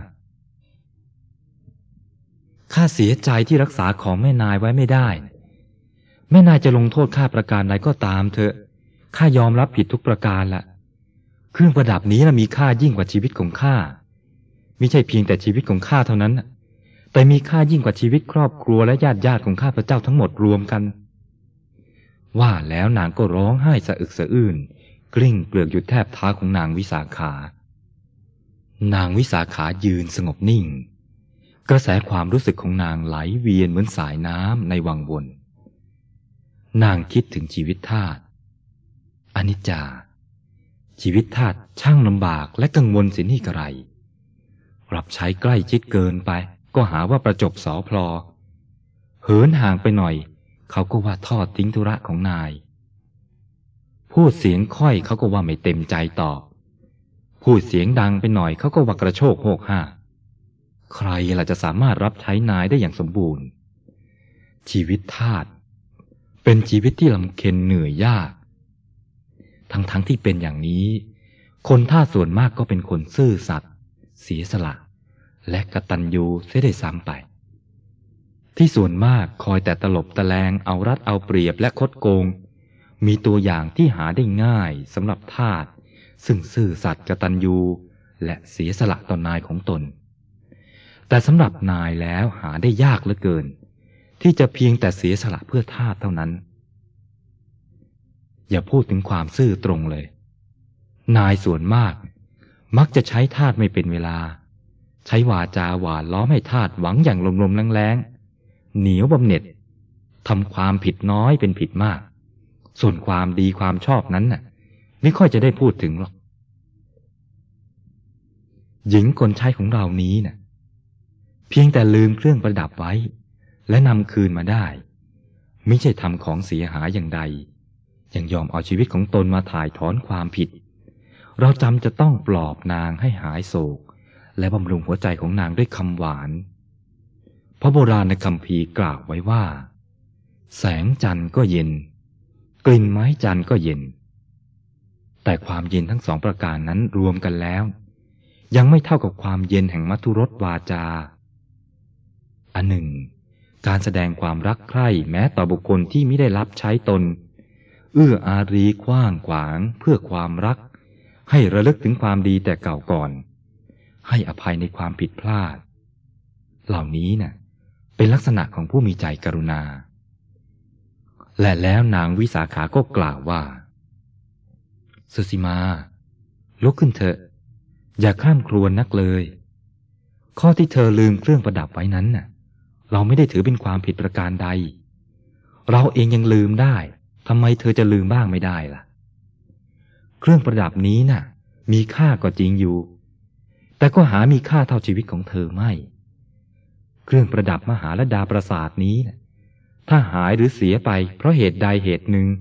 ข้าเสียใจที่รักษาของแม่นายไว้ไม่ได้แม่นายจะลงโทษข้าประการใดก็ตามเถอะข้ายอมรับผิดทุกประการละเครื่องประดับนี้นะมีค่ายิ่งกว่าชีวิตของข้ามิใช่เพียงแต่ชีวิตของข้าเท่านั้นแต่มีค่ายิ่งกว่าชีวิตครอบครัวและญาติญาติของข้าพเจ้าทั้งหมดรวมกันว่าแล้วนางก็ร้องไห้สะอึกสะอื้นกลิ้งเกลือกอยู่แทบเท้าของนางวิสาขานางวิสาขายืนสงบนิ่งกระแสความรู้สึกของนางไหลเวียนเหมือนสายน้ำในวังวนนางคิดถึงชีวิตทาสอนิจจาชีวิตทาสช่างลำบากและกังวลเสียนี่กระไรรับใช้ใกล้ชิดเกินไปก็หาว่าประจบสอพลอเหินห่างไปหน่อยเขาก็ว่าทอดทิ้งธุระของนายพูดเสียงค่อยเขาก็ว่าไม่เต็มใจตอบพูดเสียงดังไปหน่อยเขาก็ว่ากระโชกโหกห้าใครล่ะจะสามารถรับใช้นายได้อย่างสมบูรณ์ชีวิตทาสเป็นชีวิตที่ลำเค็ญเหนื่อยยากทั้งๆ ท, ที่เป็นอย่างนี้คนทาสส่วนมากก็เป็นคนซื่อสัตย์เสียสละและกตัญญูเสียได้ซ้ำไปที่ส่วนมากคอยแต่ตลบตะแลงเอารัดเอาเปรียบและคดโกงมีตัวอย่างที่หาได้ง่ายสำหรับทาสซึ่งซื่อสัตย์กตัญญูและเสียสละต่อนายของตนแต่สำหรับนายแล้วหาได้ยากเหลือเกินที่จะเพียงแต่เสียสละเพื่อทาสเท่านั้นอย่าพูดถึงความซื่อตรงเลยนายส่วนมากมักจะใช้ทาสไม่เป็นเวลาใช้วาจาหวานล้อมให้ทาสหวังอย่างลมๆแรงๆเหนียวบำเหน็จทำความผิดน้อยเป็นผิดมากส่วนความดีความชอบนั้นน่ะไม่ค่อยจะได้พูดถึงหรอกหญิงคนใช้ของเรานี้น่ะเพียงแต่ลืมเครื่องประดับไว้และนำคืนมาได้ไม่ใช่ทำของเสียหายอย่างใดยังยอมเอาชีวิตของตนมาถ่ายถอนความผิดเราจำจะต้องปลอบนางให้หายโศกและบำรุงหัวใจของนางด้วยคำหวานเพราะโบราณในคัมภีร์กล่าวไว้ว่าแสงจันทร์ก็เย็นกลิ่นไม้จันทร์ก็เย็นแต่ความเย็นทั้งสองประการนั้นรวมกันแล้วยังไม่เท่ากับความเย็นแห่งมัทุรสวาจาอันหนึ่งการแสดงความรักใคร่แม้ต่อบุคคลที่ไม่ได้รับใช้ตนเอื้ออารีกว้างขวางเพื่อความรักให้ระลึกถึงความดีแต่เก่าก่อนให้อภัยในความผิดพลาดเหล่านี้น่ะเป็นลักษณะของผู้มีใจกรุณาและแล้วนางวิสาขาก็กล่าวว่าสุสีมาลุกขึ้นเถอะอย่าข้ามครวญนักเลยข้อที่เธอลืมเครื่องประดับไว้นั้นน่ะเราไม่ได้ถือเป็นความผิดประการใดเราเองยังลืมได้ทำไมเธอจะลืมบ้างไม่ได้ล่ะเครื่องประดับนี้น่ะมีค่าก็จริงอยู่แต่ก็หามีค่าเท่าชีวิตของเธอไม่เครื่องประดับมหาลดาปราสาทนี้น่ะถ้าหายหรือเสียไปเพราะเหตุใดเหตุหนึ่ง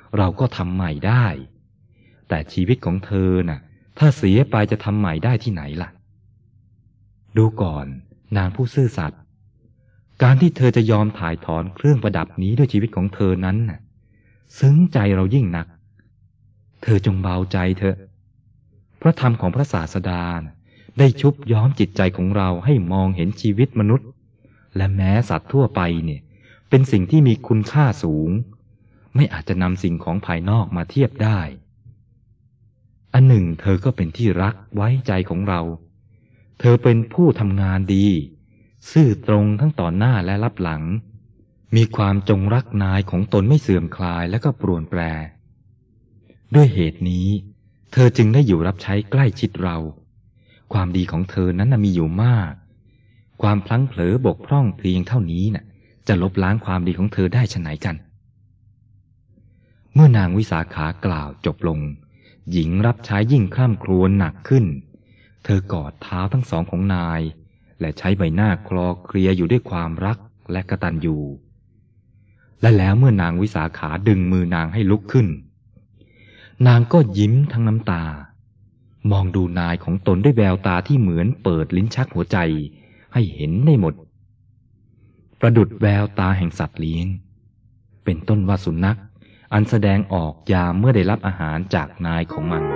เราก็ทำใหม่ได้แต่ชีวิตของเธอน่ะถ้าเสียไปจะทำใหม่ได้ที่ไหนล่ะดูก่อนนางผู้ซื่อสัตย์การที่เธอจะยอมถ่ายถอนเครื่องประดับนี้ด้วยชีวิตของเธอนั้นน่ะซึ้งใจเรายิ่งนักเธอจงเบาใจเถอะพระธรรมของพระศาสดาได้ชุบย้อมจิตใจของเราให้มองเห็นชีวิตมนุษย์และแม้สัตว์ทั่วไปเนี่ยเป็นสิ่งที่มีคุณค่าสูงไม่อาจจะนำสิ่งของภายนอกมาเทียบได้อันหนึ่งเธอก็เป็นที่รักไว้ใจของเราเธอเป็นผู้ทำงานดีซื่อตรงทั้งต่อหน้าและรับหลังมีความจงรักนายของตนไม่เสื่อมคลายและก็ปรวนแปรด้วยเหตุนี้เธอจึงได้อยู่รับใช้ใกล้ชิดเราความดีของเธอนั้นมีอยู่มากความพลั้งเผลอบกพร่องเพียงเท่านี้น่ะจะลบล้างความดีของเธอได้ฉะไหนกันเมื่อนางวิสาขากล่าวจบลงหญิงรับใช้ยิ่งคร่ำครวญหนักขึ้นเธอกอดเท้าทั้งสองของนายและใช้ใบหน้าคลอเคลียอยู่ด้วยความรักและกตัญญูและแล้วเมื่อนางวิสาขาดึงมือนางให้ลุกขึ้นนางก็ยิ้มทั้งน้ำตามองดูนายของตนด้วยแววตาที่เหมือนเปิดลิ้นชักหัวใจให้เห็นได้หมดประดุจแววตาแห่งสัตว์เลี้ยงเป็นต้นว่าสุนัขอันแสดงออกยามเมื่อได้รับอาหารจากนายของมัน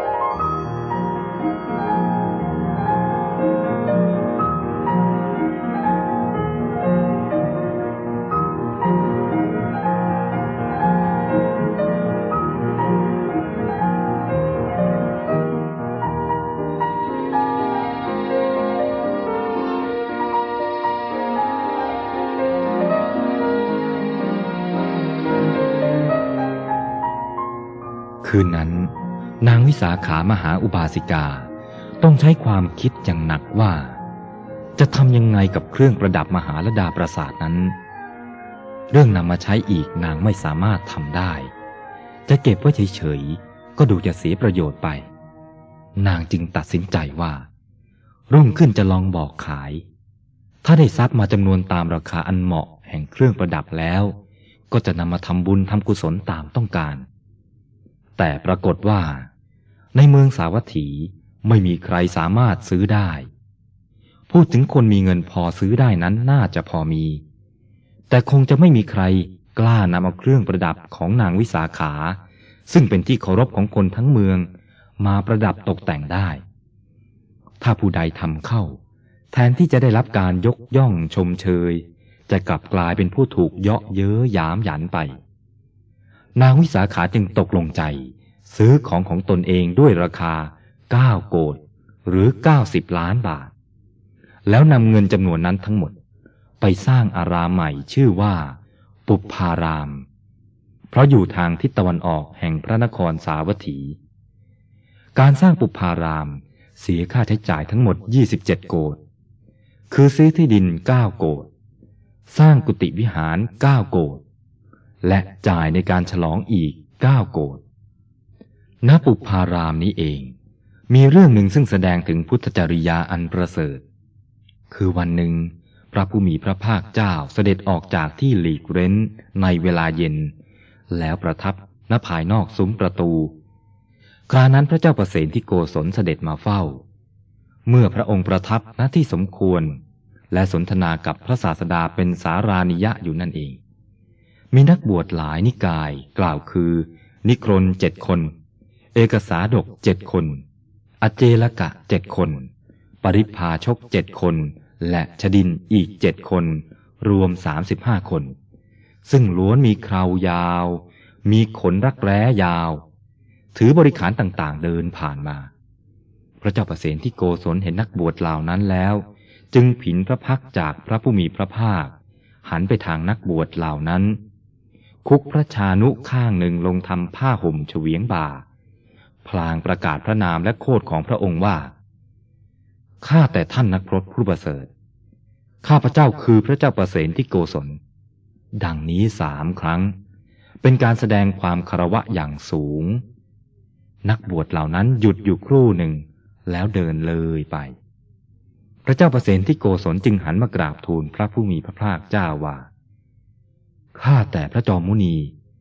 คืนนั้นนางวิสาขามหาอุบาสิกาต้องใช้ความคิดอย่างหนักว่าจะทำยังไงกับเครื่องประดับมหาลดาปราสาทนั้นเรื่องนำมาใช้อีกนางไม่สามารถทำได้จะเก็บไว้เฉยๆก็ดูจะเสียประโยชน์ไปนางจึงตัดสินใจว่ารุ่งขึ้นจะลองบอกขายถ้าได้ทรัพย์มาจำนวนตามราคาอันเหมาะแห่งเครื่องประดับแล้วก็จะนำมาทำบุญทำกุศลตามต้องการแต่ปรากฏว่าในเมืองสาวัตถีไม่มีใครสามารถซื้อได้พูดถึงคนมีเงินพอซื้อได้นั้นน่าจะพอมีแต่คงจะไม่มีใครกล้านำเอาเครื่องประดับของนางวิสาขาซึ่งเป็นที่เคารพของคนทั้งเมืองมาประดับตกแต่งได้ถ้าผู้ใดทำเข้าแทนที่จะได้รับการยกย่องชมเชยจะกลับกลายเป็นผู้ถูกเยาะเย้ยหยามหยันไปนางวิสาขาจึงตกลงใจซื้อของของตนเองด้วยราคาเก้าโกฏหรือเก้าสิบล้านบาทแล้วนำเงินจำนวนนั้นทั้งหมดไปสร้างอารามใหม่ชื่อว่าปุปพารามเพราะอยู่ทางทิศตะวันออกแห่งพระนครสาวัตถีการสร้างปุปพารามเสียค่าใช้จ่ายทั้งหมดยี่สิบเจ็ดโกฏคือซื้อที่ดินเก้าโกฏสร้างกุฏิวิหารเก้าโกฏและจ่ายในการฉลองอีกเก้าโกฏณปุปพารามนี้เองมีเรื่องหนึ่งซึ่งแสดงถึงพุทธจริยาอันประเสริฐคือวันหนึ่งพระผู้มีพระภาคเจ้าเสด็จออกจากที่หลีกเร้นในเวลาเย็นแล้วประทับณภายนอกซุ้มประตูครานั้นพระเจ้าประเสนที่โกศลเสด็จมาเฝ้าเมื่อพระองค์ประทับณที่สมควรและสนทนากับพระศาสดาเป็นสารานิยะอยู่นั่นเองมีนักบวชหลายนิกายกล่าวคือนิครนเจ็ดคนเอกสาดกเจ็ดคนอเจลกะเจ็ดคนปริพาชกเจ็ดคนและชดินอีกเจ็ดคนรวมสามสิบห้าคนซึ่งล้วนมีเคราวยาวมีขนรักแร้ยาวถือบริขารต่างๆเดินผ่านมาพระเจ้าประเสนที่โกศลเห็นนักบวชเหล่านั้นแล้วจึงผินพระพักตร์จากพระผู้มีพระภาคหันไปทางนักบวชเหล่านั้นคุกพระชานุข้างหนึ่งลงทำผ้าห่มเฉวียงบ่าพลางประกาศพระนามและโคดของพระองค์ว่าข้าแต่ท่านนักพรตผู้ประเสริฐข้าพระเจ้าคือพระเจ้าประเสนที่โกศลดังนี้สามครั้งเป็นการแสดงความคารวะอย่างสูงนักบวชเหล่านั้นหยุดอยู่ครู่หนึ่งแล้วเดินเลยไปพระเจ้าประเสนที่โกศลจึงหันมากราบทูลพระผู้มีพระภาคเจ้าว่าข้าแต่พระจอมมุนี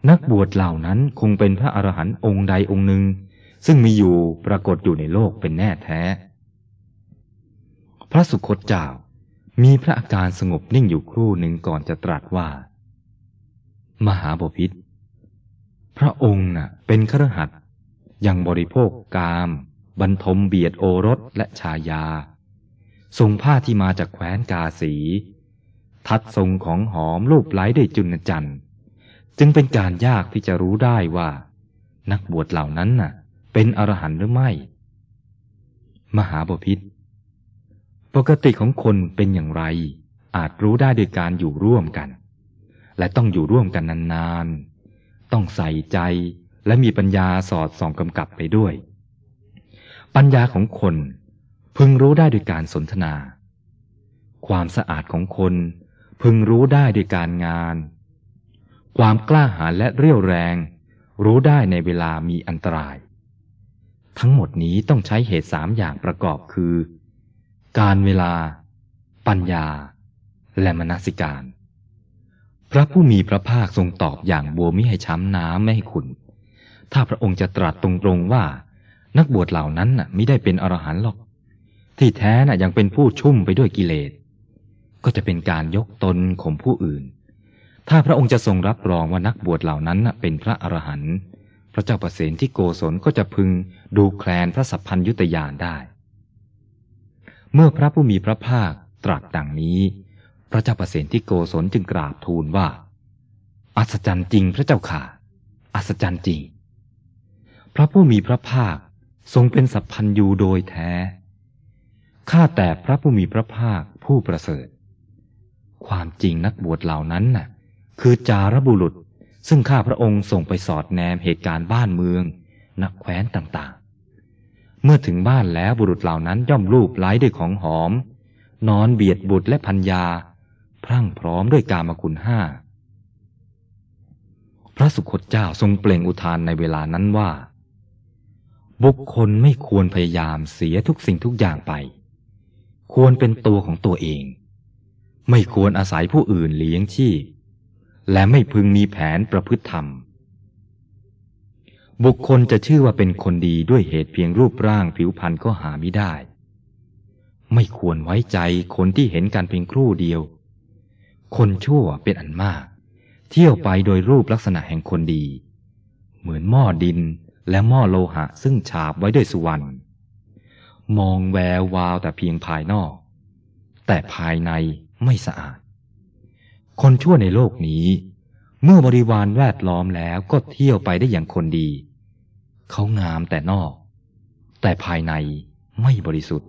นักบวชเหล่านั้นคงเป็นพระอรหันต์องค์ใดองค์หนึ่งซึ่งมีอยู่ปรากฏอยู่ในโลกเป็นแน่แท้พระสุคตเจ้ามีพระอาการสงบนิ่งอยู่ครู่หนึ่งก่อนจะตรัสว่ามหาบพิตรพระองค์น่ะเป็นคฤหัสถ์ยังบริโภคกามบรรทมเบียดโอรสและชายาทรงผ้าที่มาจากแคว้นกาสีทัดทรงของหอมรูปไล้ด้วยจุลจันทร์จึงเป็นการยากที่จะรู้ได้ว่านักบวชเหล่านั้นน่ะเป็นอรหันต์หรือไม่มหาบพิตรปกติของคนเป็นอย่างไรอาจรู้ได้โดยการอยู่ร่วมกันและต้องอยู่ร่วมกันนานๆต้องใส่ใจและมีปัญญาสอดส่องกำกับไปด้วยปัญญาของคนพึงรู้ได้โดยการสนทนาความสะอาดของคนพึงรู้ได้โดยการงานความกล้าหาญและเรี่ยวแรงรู้ได้ในเวลามีอันตรายทั้งหมดนี้ต้องใช้เหตุสามอย่างประกอบคือการเวลาปัญญาและมนสิการพระผู้มีพระภาคทรงตอบอย่างบัวมิให้ช้ำน้ำไม่ให้ขุ่นถ้าพระองค์จะตรัสตรงๆว่านักบวชเหล่านั้นน่ะมิได้เป็นอรหันต์หรอกที่แท้น่ะยังเป็นผู้ชุ่มไปด้วยกิเลสก็จะเป็นการยกตนข่มผู้อื่นถ้าพระองค์จะทรงรับรองว่านักบวชเหล่านั้นน่ะเป็นพระอรหันต์พระเจ้าประเสนที่โกศลก็จะพึงดูแคลนพระสัพพัญญุตญาณได้เมื่อพระผู้มีพระภาคตรัสดังนี้พระเจ้าประเสนที่โกศลจึงกราบทูลว่าอัศจรรย์จริงพระเจ้าข่าอัศจรรย์จริงพระผู้มีพระภาคทรงเป็นสัพพัญญูโดยแท้ข้าแต่พระผู้มีพระภาคผู้ประเสริฐความจริงนักบวชเหล่านั้นน่ะคือจารบุรุษซึ่งข้าพระองค์ส่งไปสอดแนมเหตุการณ์บ้านเมืองณแคว้นต่างๆเมื่อถึงบ้านแล้วบุรุษเหล่านั้นย่อมลูบไล้ด้วยของหอมนอนเบียดบุตรและภรรยาพรั่งพร้อมด้วยกามคุณห้าพระสุคตเจ้าทรงเปล่งอุทานในเวลานั้นว่าบุคคลไม่ควรพยายามเสียทุกสิ่งทุกอย่างไปควรเป็นตัวของตัวเองไม่ควรอาศัยผู้อื่นเลี้ยงชีพและไม่พึงมีแผนประพฤติธรรมบุคคลจะชื่อว่าเป็นคนดีด้วยเหตุเพียงรูปร่างผิวพรรณก็หาไม่ได้ไม่ควรไว้ใจคนที่เห็นกันเพียงครู่เดียวคนชั่วเป็นอันมากเที่ยวไปโดยรูปลักษณะแห่งคนดีเหมือนหม้อดินและหม้อโลหะซึ่งฉาบไว้ด้วยสุวรรณมองแวววาวแต่เพียงภายนอกแต่ภายในไม่สะอาดคนชั่วในโลกนี้เมื่อบริวารแวดล้อมแล้วก็เที่ยวไปได้อย่างคนดีเขางามแต่นอกแต่ภายในไม่บริสุทธิ์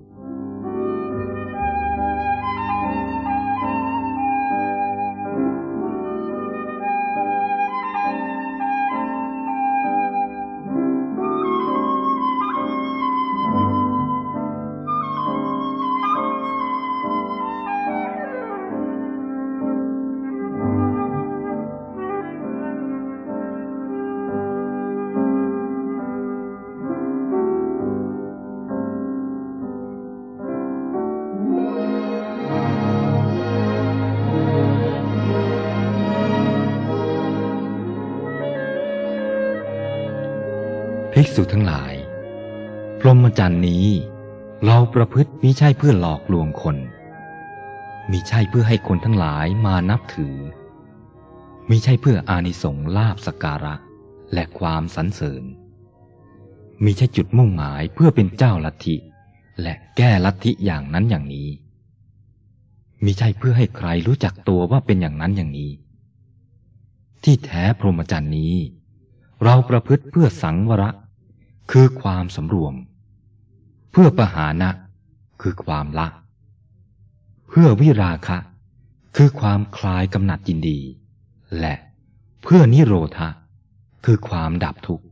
ภิกษุทั้งหลายพรหมจรรย์นี้เราประพฤติมิใช่เพื่อหลอกลวงคนมิใช่เพื่อให้คนทั้งหลายมานับถือมิใช่เพื่ออานิสงส์ลาภสักการะและความสรรเสริญมิใช่จุดมุ่งหมายเพื่อเป็นเจ้าลัทธิและแก้ลัทธิอย่างนั้นอย่างนี้มิใช่เพื่อให้ใครรู้จักตัวว่าเป็นอย่างนั้นอย่างนี้ที่แท้พรหมจรรย์นี้เราประพฤติเพื่อสังวรคือความสำรวมเพื่อปหานะคือความละเพื่อวิราคะคือความคลายกำหนัดยินดีและเพื่อนิโรธะคือความดับทุกข์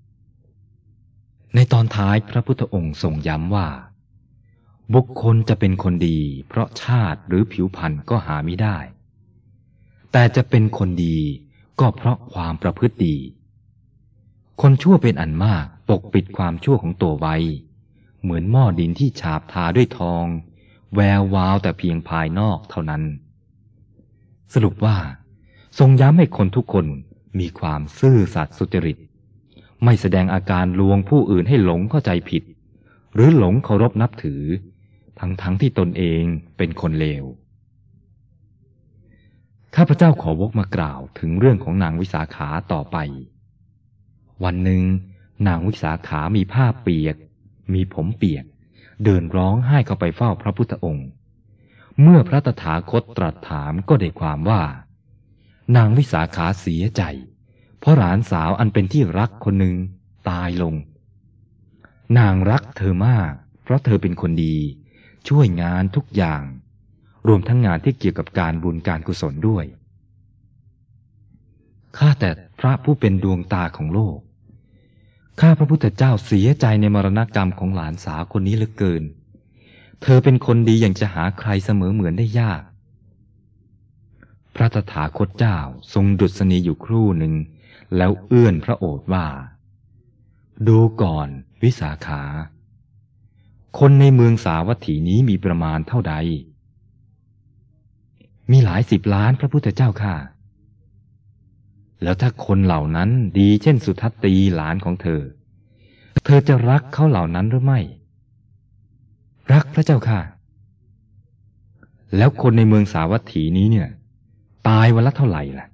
ในตอนท้ายพระพุทธองค์ทรงย้ำว่าบุคคลจะเป็นคนดีเพราะชาติหรือผิวพรรณก็หาไม่ได้แต่จะเป็นคนดีก็เพราะความประพฤติดีคนชั่วเป็นอันมากปกปิดความชั่วของตัวไว้เหมือนหม้อดินที่ฉาบทาด้วยทองแวววาวแต่เพียงภายนอกเท่านั้นสรุปว่าทรงย้ำให้คนทุกคนมีความซื่อสัตย์สุจริตไม่แสดงอาการลวงผู้อื่นให้หลงเข้าใจผิดหรือหลงเคารพนับถือทั้งๆ ท, ที่ตนเองเป็นคนเลวข้าพเจ้าขอวกมากล่าวถึงเรื่องของนางวิสาขาต่อไปวันหนึ่งนางวิสาขามีผ้าเปียกมีผมเปียกเดินร้องไห้เข้าไปเฝ้าพระพุทธองค์เมื่อพระตถาคตตรัสถามก็ได้ความว่านางวิสาขาเสียใจเพราะหลานสาวอันเป็นที่รักคนหนึ่งตายลงนางรักเธอมากเพราะเธอเป็นคนดีช่วยงานทุกอย่างรวมทั้งงานที่เกี่ยวกับการบุญการกุศลด้วยข้าแต่พระผู้เป็นดวงตาของโลกข้าพระพุทธเจ้าเสียใจในมรณกรรมของหลานสาวคนนี้เหลือเกินเธอเป็นคนดีอย่างจะหาใครเสมอเหมือนได้ยากพระตถาคตเจ้าทรงดุษณีอยู่ครู่หนึ่งแล้วเอื้อนพระโอษฐ์ว่าดูก่อนวิสาขาคนในเมืองสาวัตถีนี้มีประมาณเท่าใดมีหลายสิบล้านพระพุทธเจ้าค่ะแล้วถ้าคนเหล่านั้นดีเช่นสุทัตตีหลานของเธอเธอจะรักเขาเหล่านั้นหรือไม่รักพระเจ้าค่ะแล้วคนในเมืองสาวัตถีนี้เนี่ยตายวันละเท่าไหร่ล่ะ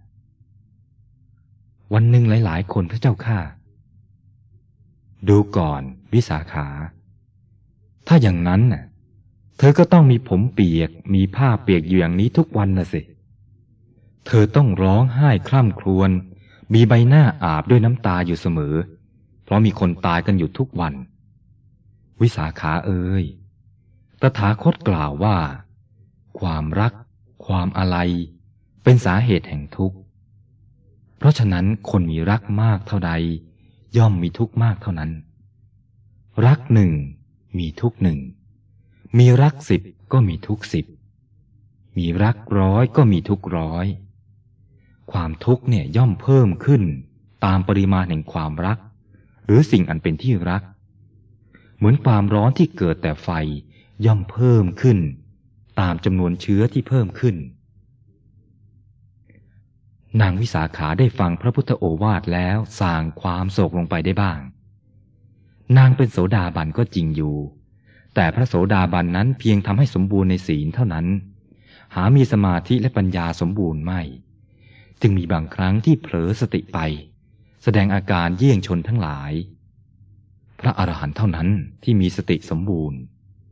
วันหนึ่งหลายๆคนพระเจ้าค่ะดูก่อนวิสาขาถ้าอย่างนั้นน่ะเธอก็ต้องมีผมเปียกมีผ้าเปียกอยู่อย่างนี้ทุกวันน่ะสิเธอต้องร้องไห้คร่ำครวญมีใบหน้าอาบด้วยน้ำตาอยู่เสมอเพราะมีคนตายกันอยู่ทุกวันวิสาขาเอ๋ยตถาคตกล่าวว่าความรักความอาลัยเป็นสาเหตุแห่งทุกข์เพราะฉะนั้นคนมีรักมากเท่าใดย่อมมีทุกข์มากเท่านั้นรักหนึ่งมีทุกข์หนึ่งมีรักสิบก็มีทุกข์สิบมีรักร้อยก็มีทุกข์ร้อยความทุกข์เนี่ยย่อมเพิ่มขึ้นตามปริมาณแห่งความรักหรือสิ่งอันเป็นที่รักเหมือนความร้อนที่เกิดแต่ไฟย่อมเพิ่มขึ้นตามจำนวนเชื้อที่เพิ่มขึ้นนางวิสาขาได้ฟังพระพุทธโอวาทแล้วส่างความโศกลงไปได้บ้างนางเป็นโสดาบันก็จริงอยู่แต่พระโสดาบันนั้นเพียงทำให้สมบูรณ์ในศีลเท่านั้นหามีสมาธิและปัญญาสมบูรณ์ไม่จึงมีบางครั้งที่เผลอสติไปแสดงอาการเยี่ยงชนทั้งหลายพระอรหันต์เท่านั้นที่มีสติสมบูรณ์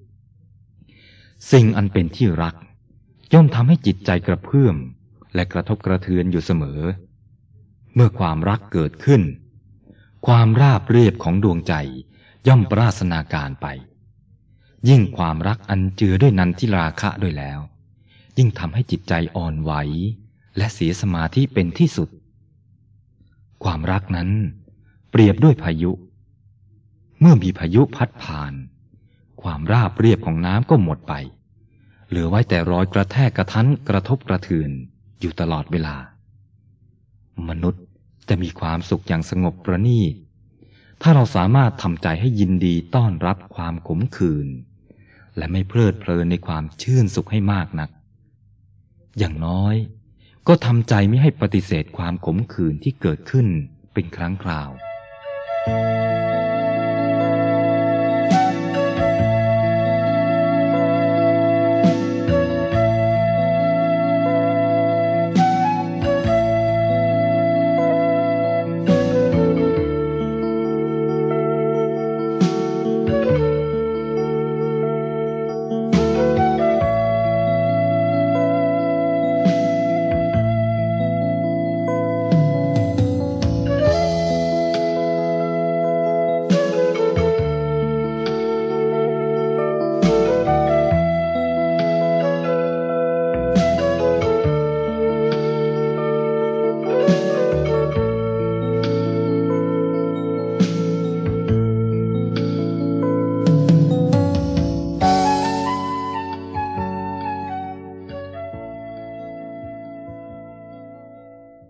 สิ่งอันเป็นที่รักย่อมทำให้จิตใจกระเพื่อมและกระทบกระเทือนอยู่เสมอเมื่อความรักเกิดขึ้นความราบเรียบของดวงใจย่อมปราศนาการไปยิ่งความรักอันเจือด้วยนันทิราคะด้วยแล้วยิ่งทำให้จิตใจอ่อนไหวและเสียสมาธิเป็นที่สุดความรักนั้นเปรียบด้วยพายุเมื่อมีพายุพัดผ่านความราบเรียบของน้ำก็หมดไปเหลือไว้แต่รอยกระแทกกระทันกระทบกระเทือนอยู่ตลอดเวลามนุษย์จะมีความสุขอย่างสงบประณีตถ้าเราสามารถทำใจให้ยินดีต้อนรับความขมขื่นและไม่เพลิดเพลินในความชื่นสุขให้มากนักอย่างน้อยก็ทำใจไม่ให้ปฏิเสธความขมขื่นที่เกิดขึ้นเป็นครั้งคราว